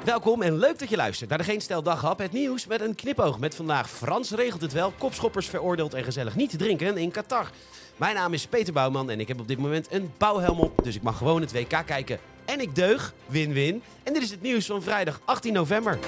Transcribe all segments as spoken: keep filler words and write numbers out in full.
Welkom en leuk dat je luistert naar de Geen Stel Daghap. Het nieuws met een knipoog met vandaag Frans regelt het wel. Kopschoppers veroordeeld en gezellig niet drinken in Qatar. Mijn naam is Peter Bouwman en ik heb op dit moment een bouwhelm op. Dus ik mag gewoon het W K kijken. En ik deug. Win-win. En dit is het nieuws van vrijdag achttien november.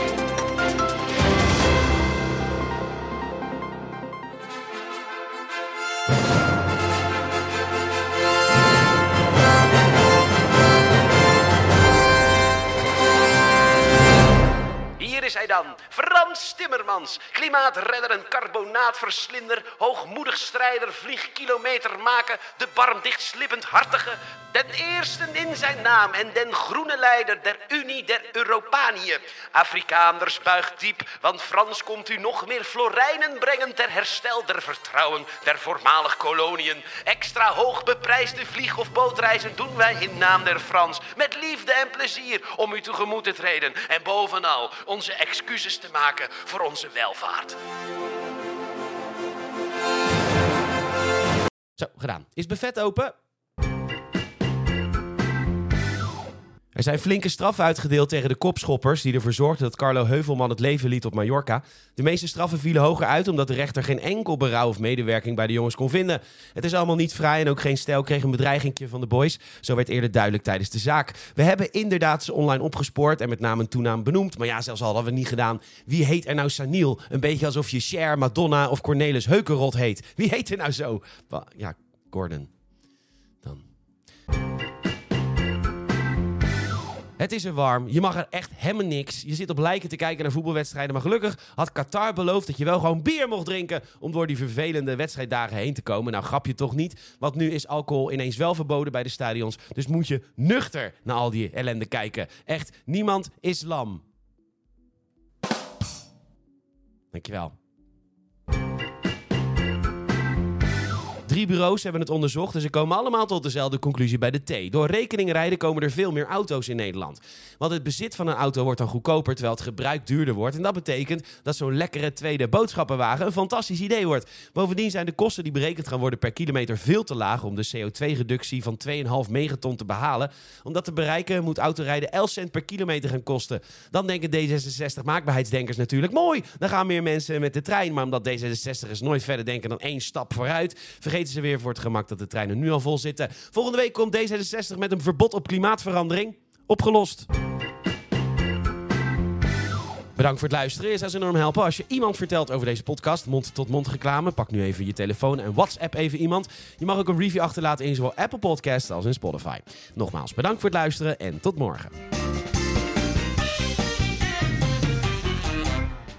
Hier is hij dan, Frans Timmermans, klimaatredder en carbonaatverslinder, hoogmoedig strijder, vliegkilometer maken, de barmdicht slippend hartige, den eerste in zijn naam en den groene leider der Unie der Europanië. Afrikaanders buigt diep, want Frans komt u nog meer florijnen brengen ter herstel der vertrouwen der voormalig koloniën. Extra hoog beprijsde vlieg- of bootreizen doen wij in naam der Frans, met liefde en plezier om u tegemoet te treden en bovenal onze excuses te maken voor onze welvaart. Zo, gedaan. Is buffet open? Er zijn flinke straffen uitgedeeld tegen de kopschoppers die ervoor zorgden dat Carlo Heuvelman het leven liet op Mallorca. De meeste straffen vielen hoger uit omdat de rechter geen enkel berouw of medewerking bij de jongens kon vinden. Het is allemaal niet vrij en ook geen stijl kreeg een bedreigingje van de boys. Zo werd eerder duidelijk tijdens de zaak. We hebben inderdaad ze online opgespoord en met naam en toenaam benoemd. Maar ja, zelfs al hadden we niet gedaan. Wie heet er nou Saniel? Een beetje alsof je Cher, Madonna of Cornelis Heukenrot heet. Wie heet er nou zo? Ja, Gordon. Dan... Het is er warm, je mag er echt helemaal niks. Je zit op lijken te kijken naar voetbalwedstrijden. Maar gelukkig had Qatar beloofd dat je wel gewoon bier mocht drinken om door die vervelende wedstrijddagen heen te komen. Nou, grap je toch niet, want nu is alcohol ineens wel verboden bij de stadions. Dus moet je nuchter naar al die ellende kijken. Echt, niemand is lam. Dankjewel. Drie bureaus hebben het onderzocht en ze komen allemaal tot dezelfde conclusie bij de T. Door rekeningrijden komen er veel meer auto's in Nederland. Want het bezit van een auto wordt dan goedkoper, terwijl het gebruik duurder wordt. En dat betekent dat zo'n lekkere tweede boodschappenwagen een fantastisch idee wordt. Bovendien zijn de kosten die berekend gaan worden per kilometer veel te laag om de C O twee reductie van twee komma vijf megaton te behalen. Om dat te bereiken moet autorijden elf cent per kilometer gaan kosten. Dan denken D zesenzestig maakbaarheidsdenkers natuurlijk, mooi, dan gaan meer mensen met de trein. Maar omdat D zesenzestigers nooit verder denken dan één stap vooruit, vergeten ze weer voor het gemak dat de treinen nu al vol zitten. Volgende week komt D zesenzestig met een verbod op klimaatverandering. Opgelost. Bedankt voor het luisteren. Je zou ons enorm helpen als je iemand vertelt over deze podcast. Mond-tot-mond reclame. Pak nu even je telefoon en WhatsApp even iemand. Je mag ook een review achterlaten in zowel Apple Podcasts als in Spotify. Nogmaals, bedankt voor het luisteren en tot morgen.